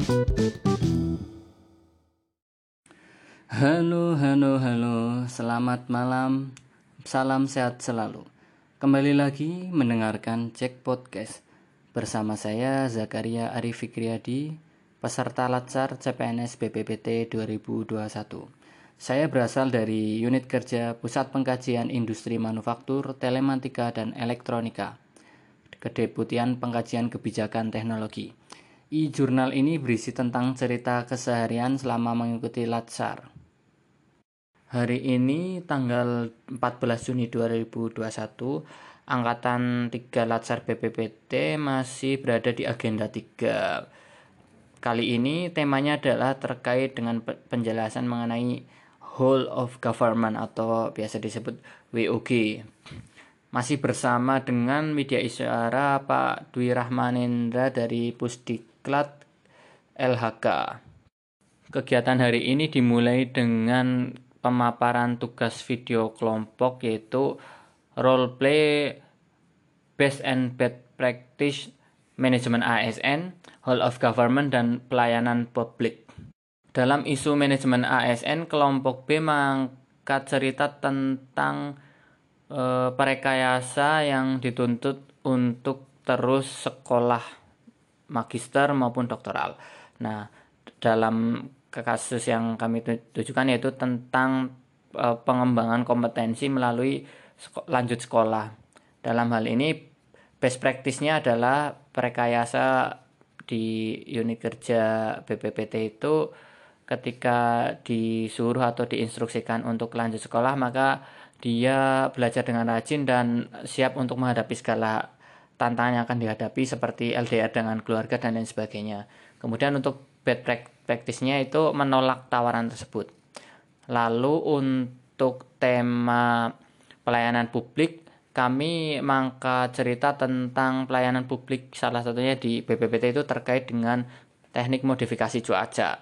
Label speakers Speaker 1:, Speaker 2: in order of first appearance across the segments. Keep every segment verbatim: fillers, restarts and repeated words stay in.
Speaker 1: Halo, halo, halo, selamat malam, salam sehat selalu. Kembali lagi mendengarkan Cek Podcast bersama saya Zakaria Arif Fikriyadi, peserta Latsar C P N S B P P T dua ribu dua puluh satu. Saya berasal dari Unit Kerja Pusat Pengkajian Industri Manufaktur, Telematika, dan Elektronika, Kedeputian Pengkajian Kebijakan Teknologi. E-jurnal ini berisi tentang cerita keseharian selama mengikuti Latsar. Hari ini tanggal empat belas Juni dua ribu dua puluh satu, Angkatan tiga Latsar B P P T masih berada di agenda tiga. Kali ini temanya adalah terkait dengan penjelasan mengenai Whole of Government atau biasa disebut W O G. Masih bersama dengan media isyara Pak Dwi Rahmanendra dari Pusdiklat L H K. Kegiatan hari ini dimulai dengan pemaparan tugas video kelompok, yaitu role play best and bad practice manajemen A S N, whole of government, dan pelayanan publik. Dalam isu manajemen A S N, kelompok B mengangkat cerita tentang e, perekayasa yang dituntut untuk terus sekolah magister maupun doktoral. Nah, dalam kasus yang kami tujukan yaitu tentang uh, pengembangan kompetensi melalui seko- lanjut sekolah. Dalam hal ini best practice-nya adalah perekayasa di unit kerja B P P T itu ketika disuruh atau diinstruksikan untuk lanjut sekolah, maka dia belajar dengan rajin dan siap untuk menghadapi segala tantangan yang akan dihadapi seperti L D R dengan keluarga dan lain sebagainya. Kemudian untuk bad practice-nya itu menolak tawaran tersebut. Lalu untuk tema pelayanan publik, kami mangkat cerita tentang pelayanan publik, salah satunya di B P P T itu terkait dengan teknik modifikasi cuaca.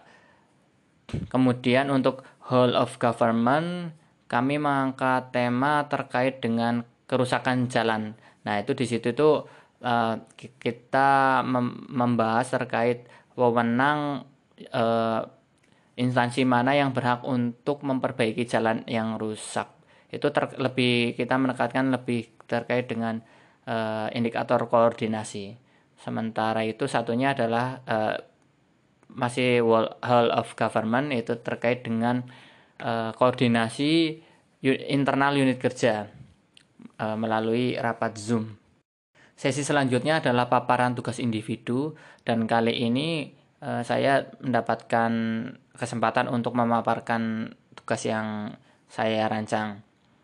Speaker 1: Kemudian untuk whole of government, kami mengangkat tema terkait dengan kerusakan jalan. Nah, itu di situ tuh uh, kita mem- membahas terkait wewenang uh, instansi mana yang berhak untuk memperbaiki jalan yang rusak. Itu ter- lebih kita menekankan lebih terkait dengan uh, indikator koordinasi. Sementara itu satunya adalah uh, masih whole of government, itu terkait dengan uh, koordinasi internal unit kerja uh, melalui rapat Zoom. Sesi selanjutnya adalah paparan tugas individu, dan kali ini uh, saya mendapatkan kesempatan untuk memaparkan tugas yang saya rancang.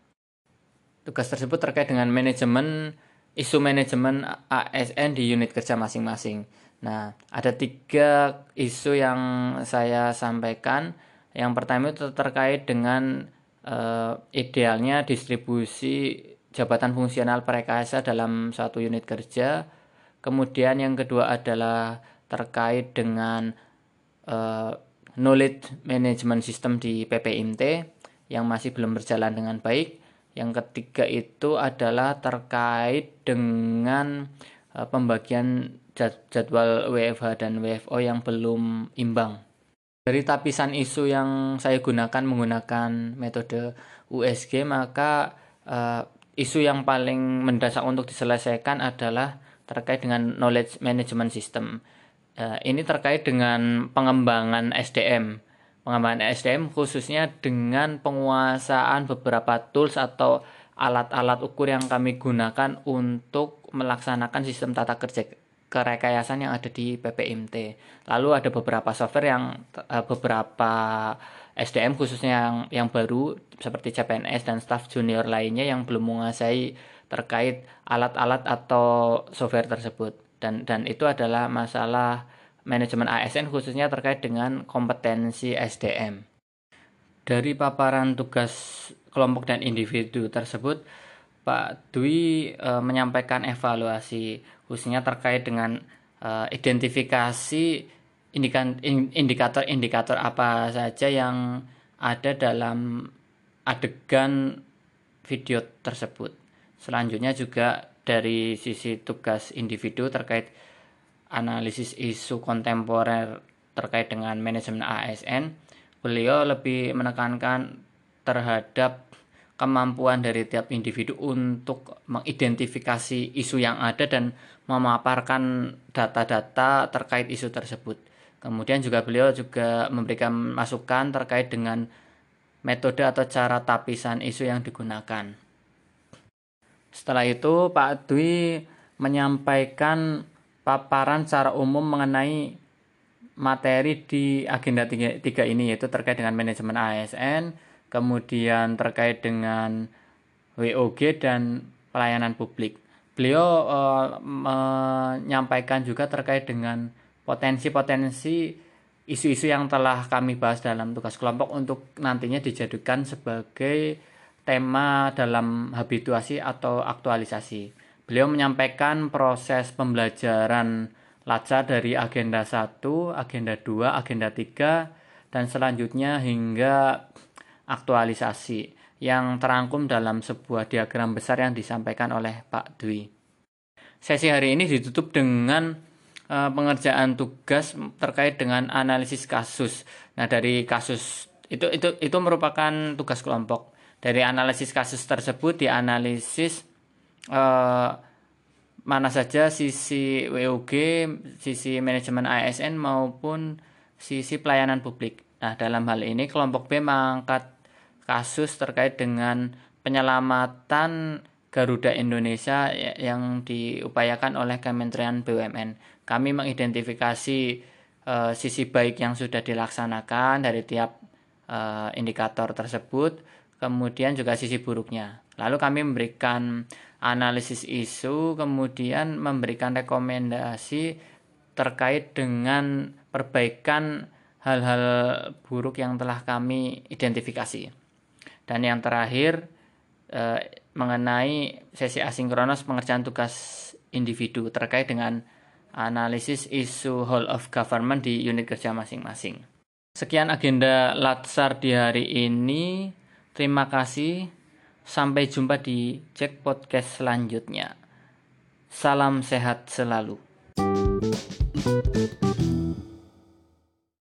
Speaker 1: Tugas tersebut terkait dengan manajemen isu manajemen A S N di unit kerja masing-masing. Nah, ada tiga isu yang saya sampaikan. Yang pertama itu terkait dengan uh, idealnya distribusi jabatan fungsional perekayasa dalam satu unit kerja. Kemudian yang kedua adalah terkait dengan uh, knowledge management system di P P M T yang masih belum berjalan dengan baik. Yang ketiga itu adalah terkait dengan uh, pembagian jadwal W F H dan W F O yang belum imbang. Dari tapisan isu yang saya gunakan menggunakan metode U S G, maka uh, isu yang paling mendesak untuk diselesaikan adalah terkait dengan knowledge management system. Uh, ini terkait dengan pengembangan S D M. Pengembangan S D M khususnya dengan penguasaan beberapa tools atau alat-alat ukur yang kami gunakan untuk melaksanakan sistem tata kerja kerekayasaan yang ada di P P M T. Lalu ada beberapa software yang uh, beberapa S D M khususnya yang yang baru seperti C P N S dan staf junior lainnya yang belum menguasai terkait alat-alat atau software tersebut, dan dan itu adalah masalah manajemen A S N khususnya terkait dengan kompetensi S D M. Dari paparan tugas kelompok dan individu tersebut, Pak Dwi e, menyampaikan evaluasi khususnya terkait dengan e, identifikasi indikator-indikator apa saja yang ada dalam adegan video tersebut. Selanjutnya juga dari sisi tugas individu terkait analisis isu kontemporer terkait dengan manajemen A S N, beliau lebih menekankan terhadap kemampuan dari tiap individu untuk mengidentifikasi isu yang ada dan memaparkan data-data terkait isu tersebut. Kemudian juga beliau juga memberikan masukan terkait dengan metode atau cara tapisan isu yang digunakan. Setelah itu Pak Dwi menyampaikan paparan secara umum mengenai materi di agenda tiga, tiga ini, yaitu terkait dengan manajemen A S N, kemudian terkait dengan W O G dan pelayanan publik. Beliau uh, menyampaikan juga terkait dengan potensi-potensi isu-isu yang telah kami bahas dalam tugas kelompok untuk nantinya dijadikan sebagai tema dalam habituasi atau aktualisasi. Beliau menyampaikan proses pembelajaran Latsar dari agenda satu, agenda dua, agenda tiga, dan selanjutnya hingga aktualisasi yang terangkum dalam sebuah diagram besar yang disampaikan oleh Pak Dwi. Sesi hari ini ditutup dengan uh, pengerjaan tugas terkait dengan analisis kasus. Nah, dari kasus itu itu itu merupakan tugas kelompok. Dari analisis kasus tersebut dianalisis uh, mana saja sisi W O G, sisi manajemen A S N maupun sisi pelayanan publik. Nah, dalam hal ini kelompok B mengangkat kasus terkait dengan penyelamatan Garuda Indonesia yang diupayakan oleh Kementerian B U M N. Kami mengidentifikasi uh, sisi baik yang sudah dilaksanakan dari tiap uh, indikator tersebut, kemudian juga sisi buruknya. Lalu kami memberikan analisis isu, kemudian memberikan rekomendasi terkait dengan perbaikan hal-hal buruk yang telah kami identifikasi. Dan yang terakhir eh, mengenai sesi asinkronos pengerjaan tugas individu terkait dengan analisis isu whole of government di unit kerja masing-masing. Sekian agenda Latsar di hari ini. Terima kasih. Sampai jumpa di Cek Podcast selanjutnya. Salam sehat selalu.